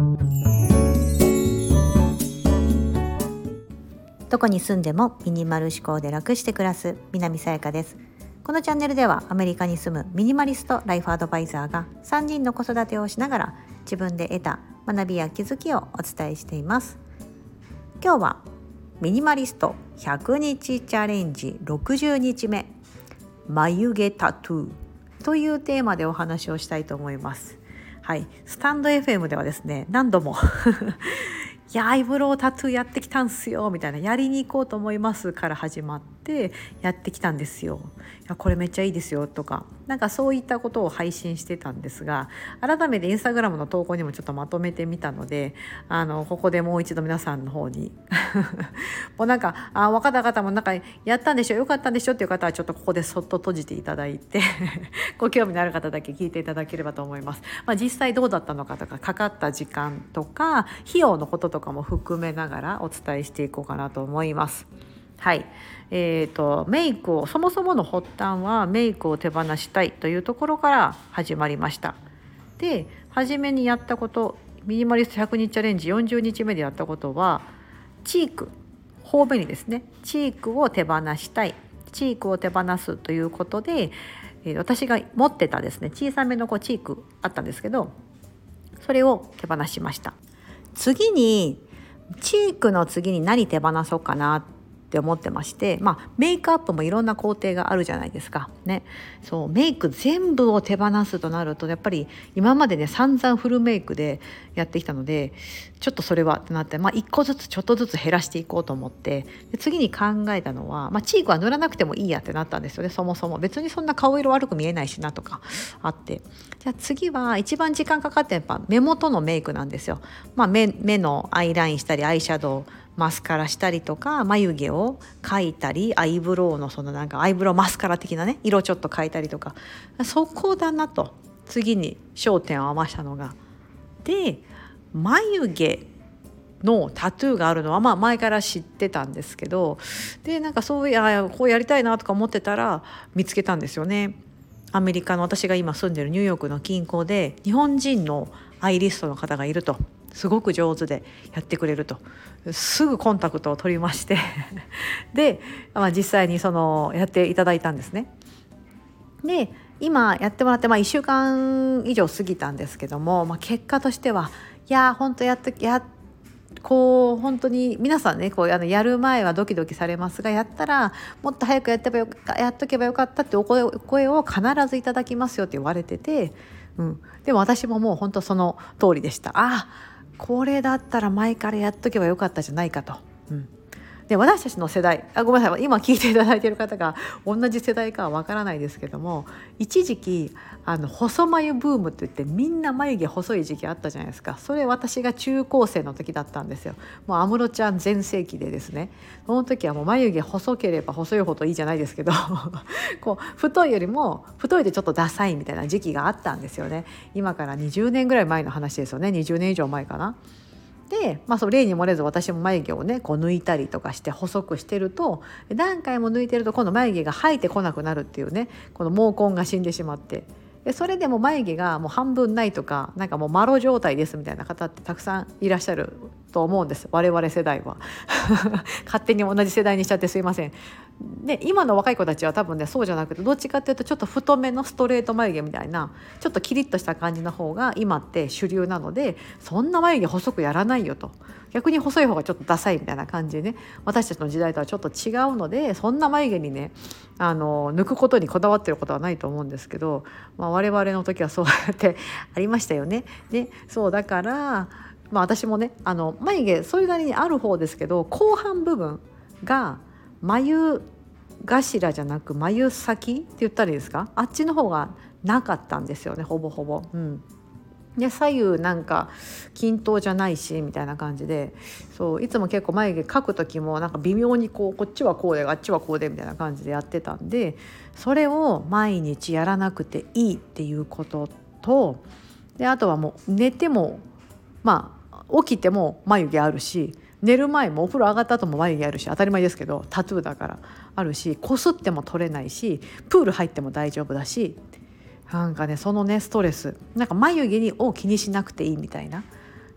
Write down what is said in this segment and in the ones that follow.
どこに住んでもミニマル思考で楽して暮らす南さやかです。このチャンネルではアメリカに住むミニマリストライフアドバイザーが3人の子育てをしながら自分で得た学びや気づきをお伝えしています。今日はミニマリスト100日チャレンジ60日目、眉毛タトゥーというテーマでお話をしたいと思います。はい、スタンド FM ではですね、何度もいやアイブロウタトゥーやってきたんすよみたいな、やりに行こうと思いますから始まってやってきたんですよ、いやこれめっちゃいいですよとか、なんかそういったことを配信してたんですが、改めてインスタグラムの投稿にもちょっとまとめてみたので、ここでもう一度皆さんの方にもうなんか分かった方もなんかやったんでしょ、よかったんでしょっていう方はちょっとここでそっと閉じていただいてご興味のある方だけ聞いていただければと思います。実際どうだったのかとか、かかった時間とか費用のこととかも含めながらお伝えしていこうかなと思います。はい、メイクを、そもそもの発端はメイクを手放したいというところから始まりました。で、初めにやったこと、ミニマリスト100日チャレンジ40日目でやったことは、チーク、頬紅ですね、チークを手放したい、チークを手放すということで、私が持ってたですね、小さめのチークあったんですけど、それを手放しました。次にチークの次に何手放そうかなって思ってまして、メイクアップもいろんな工程があるじゃないですかね。そう、メイク全部を手放すとなると、やっぱり今までね散々フルメイクでやってきたので、ちょっとそれはってなって、一個ずつちょっとずつ減らしていこうと思って、で次に考えたのは、チークは塗らなくてもいいやってなったんですよね。そもそも別にそんな顔色悪く見えないしなとかあって、じゃあ次は一番時間かかってやっぱ目元のメイクなんですよ。目のアイラインしたり、アイシャドウマスカラしたりとか、眉毛を描いたり、アイブロウのなんかアイブロウマスカラ的なね、色ちょっと描いたりとか、そこだなと次に焦点を合わせたのが、で眉毛のタトゥーがあるのは前から知ってたんですけど、でなんかそういうこうやりたいなとか思ってたら見つけたんですよね。アメリカの、私が今住んでるニューヨークの近郊で日本人のアイリストの方がいると、すごく上手でやってくれると、すぐコンタクトを取りましてで、実際にやっていただいたんですね。で今やってもらって1週間以上過ぎたんですけども、結果としては、いや本当本当に皆さんね、やる前はドキドキされますが、やったらもっと早くやっとけばよかったってお声を必ずいただきますよって言われてて、でも私ももう本当その通りでした。これだったら前からやっとけばよかったじゃないかと。で私たちの世代、ごめんなさい、今聞いていただいている方が同じ世代かはわからないですけども、一時期細眉ブームって言ってみんな眉毛細い時期あったじゃないですか。それ私が中高生の時だったんですよ。もう安室ちゃん全盛期でですね、その時はもう眉毛細ければ細いほどいいじゃないですけど太いよりも太いでちょっとダサいみたいな時期があったんですよね。今から20年ぐらい前の話ですよね。20年以上前かな。で、例に漏れず私も眉毛をね抜いたりとかして細くしてると、何回も抜いてると今度眉毛が生えてこなくなるっていうね、この毛根が死んでしまって、でそれでも眉毛がもう半分ないとか、なんかもうマロ状態ですみたいな方ってたくさんいらっしゃると思うんです、我々世代は勝手に同じ世代にしちゃってすいません。で今の若い子たちは多分ねそうじゃなくて、どっちかっていうとちょっと太めのストレート眉毛みたいな、ちょっとキリッとした感じの方が今って主流なので、そんな眉毛細くやらないよと、逆に細い方がちょっとダサいみたいな感じでね、私たちの時代とはちょっと違うので、そんな眉毛にね抜くことにこだわってることはないと思うんですけど、我々の時はそうやってありましたよね。そうだから私もね眉毛それなりにある方ですけど、後半部分が眉頭じゃなく眉先って言ったらいいですか、あっちの方がなかったんですよね、ほぼほぼ。で左右なんか均等じゃないしみたいな感じで、そういつも結構眉毛描く時もなんか微妙にこっちはこうであっちはこうでみたいな感じでやってたんで、それを毎日やらなくていいっていうことと、であとはもう寝ても起きても眉毛あるし、寝る前もお風呂上がった後も眉毛あるし、当たり前ですけどタトゥーだからあるし、こすっても取れないし、プール入っても大丈夫だし、なんかねそのねストレス、なんか眉毛を気にしなくていいみたいな、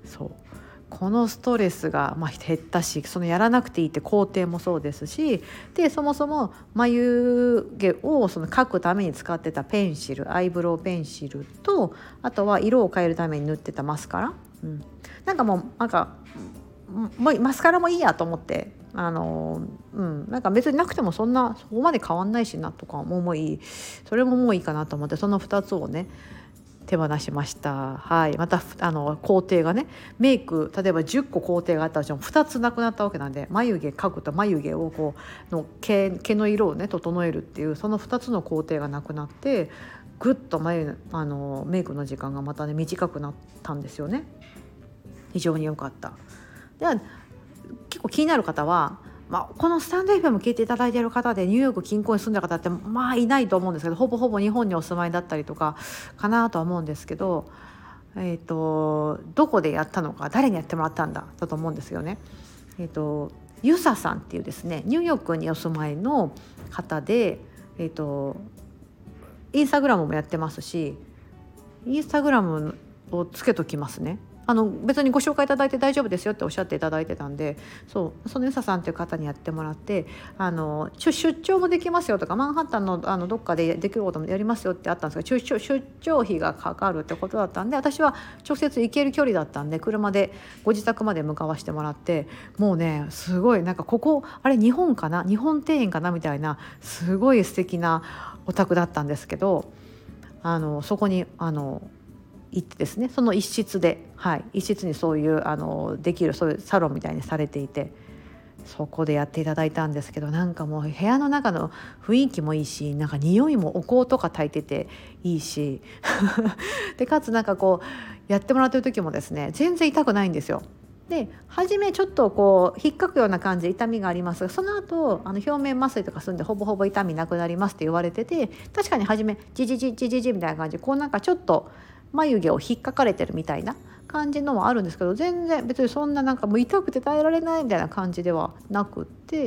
そうこのストレスが減ったし、そのやらなくていいって工程もそうですし、でそもそも眉毛をその描くために使ってたペンシル、アイブロウペンシルと、あとは色を変えるために塗ってたマスカラ、なんかもうマスカラもいいやと思って、なんか別になくてもそこまで変わんないしなとか思い、それももういいかなと思って、その2つをね手放しました。はい、また工程がね、メイク例えば10個工程があったうちの2つなくなったわけなんで、眉毛描くと眉毛を毛の色をね整えるっていう、その2つの工程がなくなって、ぐっとメイクの時間がまたね短くなったんですよね。非常に良かった。では結構気になる方は、このスタンド FM 聞いていただいている方でニューヨーク近郊に住んだ方っていないと思うんですけど、ほぼほぼ日本にお住まいだったりとかかなとは思うんですけど、どこでやったのか、誰にやってもらったんだと思うんですよね。ゆささんっていうですね、ニューヨークにお住まいの方で、インスタグラムもやってますし、インスタグラムをつけときますね。別にご紹介いただいて大丈夫ですよっておっしゃっていただいてたんで、そのゆささんという方にやってもらって、出張もできますよとか、マンハッタンのどっかでできることもやりますよってあったんですが、出張費がかかるってことだったんで、私は直接行ける距離だったんで車でご自宅まで向かわせてもらって、もうねすごいなんかここあれ日本かな、日本庭園かなみたいなすごい素敵なお宅だったんですけど、そこに行ってですね、その一室で、一室にそういうできるそういうサロンみたいにされていて、そこでやっていただいたんですけど、なんかもう部屋の中の雰囲気もいいし、なんか匂いもお香とか焚いてていいしでかつなんかやってもらってる時もですね全然痛くないんですよ。で初めちょっと引っかくような感じで痛みがありますが、その後表面麻酔とかするんでほぼほぼ痛みなくなりますって言われてて、確かに初めジジジジジジみたいな感じでなんかちょっと眉毛を引っかかれてるみたいな感じのはあるんですけど、全然別にそんななんかもう痛くて耐えられないみたいな感じではなくって、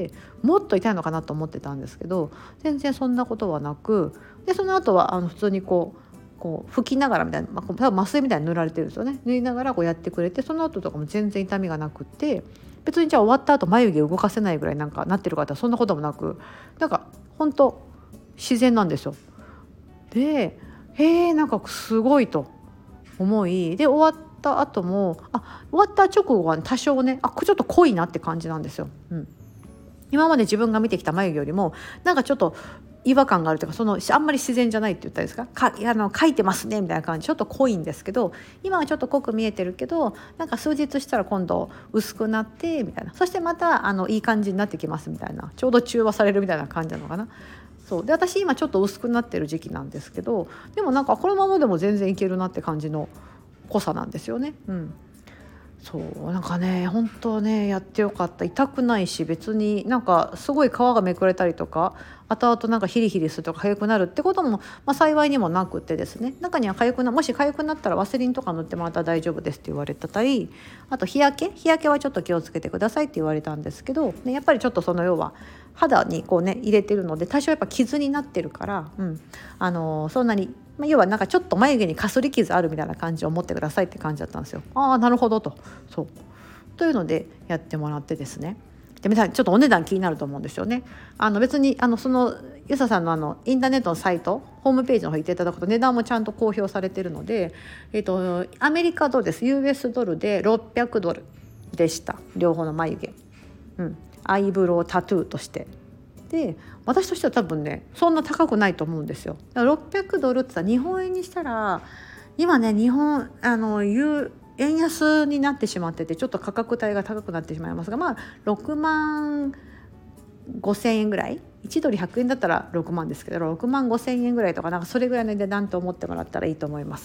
もっと痛いのかなと思ってたんですけど、全然そんなことはなく、でその後は普通に拭きながらみたいな、多分麻酔みたいに塗られてるんですよね。塗りながらやってくれて、その後とかも全然痛みがなくって、別にじゃあ終わった後眉毛動かせないぐらいなんかなってる方はそんなこともなく、なんか本当自然なんですよ。でなんかすごいと思い、で終わった後も終わった直後は多少ねちょっと濃いなって感じなんですよ。今まで自分が見てきた眉毛よりもなんかちょっと違和感があるというか、あんまり自然じゃないって言ったらいいですか、描いてますねみたいな感じ、ちょっと濃いんですけど、今はちょっと濃く見えてるけど、なんか数日したら今度薄くなってみたいな、そしてまたいい感じになってきますみたいな、ちょうど中和されるみたいな感じなのかな。そうで私今ちょっと薄くなってる時期なんですけど、でもなんかこのままでも全然いけるなって感じの濃さなんですよね。そうなんかね本当ねやってよかった。痛くないし、別になんかすごい皮がめくれたりとか、後々なんかヒリヒリするとか痒くなるってことも、幸いにもなくってですね、中にはもし痒くなったらワセリンとか塗ってもらったら大丈夫ですって言われたり、あと日焼けはちょっと気をつけてくださいって言われたんですけど、やっぱりちょっと要は肌に入れてるので多少やっぱ傷になってるから、そんなに要はなんかちょっと眉毛にかすり傷あるみたいな感じを持ってくださいって感じだったんですよ。なるほどと。というのでやってもらってですね、で皆さんちょっとお値段気になると思うんですよね。別にそのゆささんのインターネットのサイトホームページの方行っていただくと値段もちゃんと公表されているので、アメリカドルです。 US ドルで$600でした、両方の眉毛。アイブロウタトゥーとして。で私としては多分ねそんな高くないと思うんですよ。だから$600って言ったら日本円にしたら今ね日本円安になってしまっててちょっと価格帯が高くなってしまいますが、6万5,000円ぐらい、1ドル100円だったら6万ですけど6万5,000円ぐらいとか、なんかそれぐらいの値段と思ってもらったらいいと思います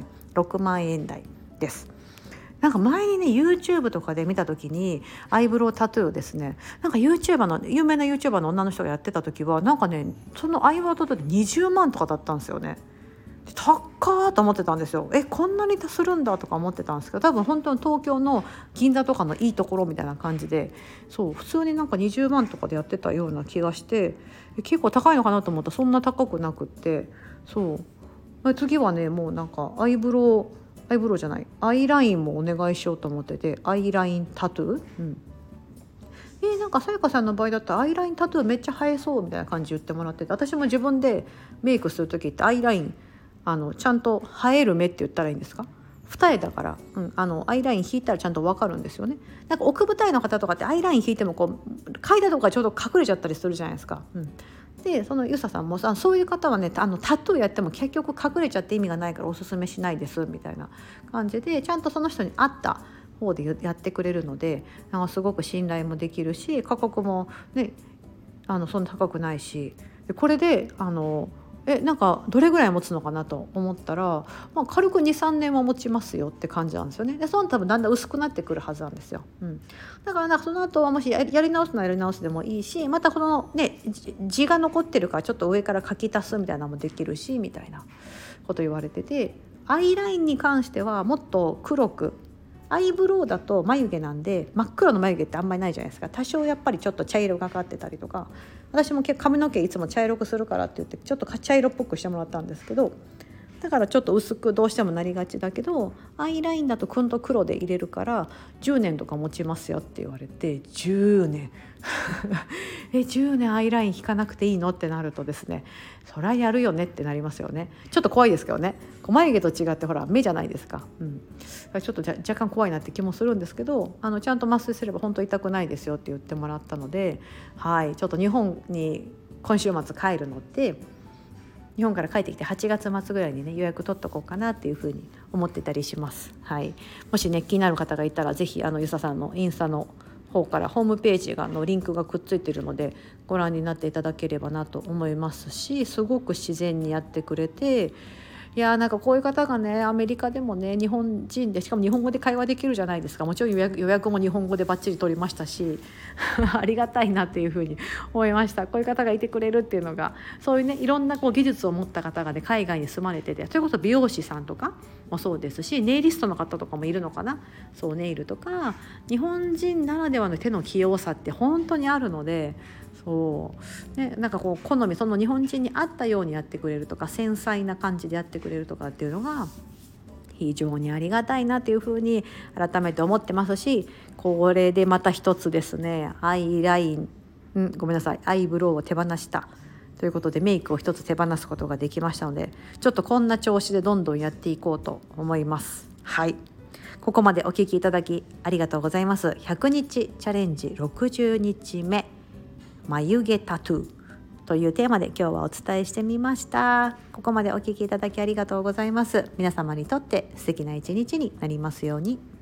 。6万円台です。なんか前にね YouTube とかで見た時にアイブロウタトゥーをですね、なんか有名な YouTuber の女の人がやってた時はなんかねそのアイブロウタトゥーで20万とかだったんですよね。高ーと思ってたんですよ。こんなにするんだとか思ってたんですけど、多分本当に東京の銀座とかのいいところみたいな感じで、普通になんか20万とかでやってたような気がして、結構高いのかなと思ったらそんな高くなくって、次はねもうなんかアイブロウアイブロウじゃない、アイラインもお願いしようと思ってて、アイラインタトゥー、なんかさやかさんの場合だったらアイラインタトゥーめっちゃ生えそうみたいな感じ言ってもらってて、私も自分でメイクする時ってアイラインちゃんと生える目って言ったらいいんですか、二重だから、アイライン引いたらちゃんと分かるんですよね。なんか奥二重の方とかってアイライン引いてもこう階段とかちょうど隠れちゃったりするじゃないですか。でそのゆささんもそういう方はねタトゥーやっても結局隠れちゃって意味がないからおすすめしないですみたいな感じで、ちゃんとその人に合った方でやってくれるので、なんかすごく信頼もできるし、価格もねそんな高くないし、でこれでなんかどれぐらい持つのかなと思ったら、軽く 2,3 年は持ちますよって感じなんですよね。でその多分だんだん薄くなってくるはずなんですよ。だからなんかその後はもしやり直すのはやり直すでもいいし、またこのね字が残ってるからちょっと上から書き足すみたいなのもできるしみたいなこと言われてて、アイラインに関してはもっと黒く、アイブロウだと眉毛なんで真っ黒の眉毛ってあんまりないじゃないですか。多少やっぱりちょっと茶色がかってたりとか、私も結構髪の毛いつも茶色くするからって言ってちょっと茶色っぽくしてもらったんですけど、だからちょっと薄くどうしてもなりがちだけど、アイラインだとくんと黒で入れるから10年とか持ちますよって言われて、10年10年アイライン引かなくていいのってなるとですね、そりゃやるよねってなりますよね。ちょっと怖いですけどね、眉毛と違ってほら目じゃないですか。ちょっと若干怖いなって気もするんですけど、ちゃんと麻酔すれば本当痛くないですよって言ってもらったので、ちょっと日本に今週末帰るので、日本から帰ってきて8月末ぐらいにね予約取っとこうかなっていうふうに思ってたりします。もしね気になる方がいたらぜひゆささんのインスタの方からホームページのリンクがくっついているのでご覧になっていただければなと思いますし、すごく自然にやってくれて、なんかこういう方がねアメリカでもね日本人で、しかも日本語で会話できるじゃないですか。もちろん予約も日本語でバッチリ取りましたしありがたいなっていうふうに思いました。こういう方がいてくれるっていうのが、そういうねいろんな技術を持った方がね海外に住まれてて、それこそ美容師さんとかもそうですし、ネイリストの方とかもいるのかな。そうネイルとか日本人ならではの手の器用さって本当にあるので、なんかこう好み、その日本人に合ったようにやってくれるとか、繊細な感じでやってくれるとかっていうのが非常にありがたいなというふうに改めて思ってますし、これでまた一つですねアイライン、アイブロウを手放したということで、メイクを一つ手放すことができましたので、ちょっとこんな調子でどんどんやっていこうと思います。ここまでお聞きいただきありがとうございます。100日チャレンジ60日目、眉毛タトゥーというテーマで今日はお伝えしてみました。ここまでお聞きいただきありがとうございます。皆様にとって素敵な一日になりますように。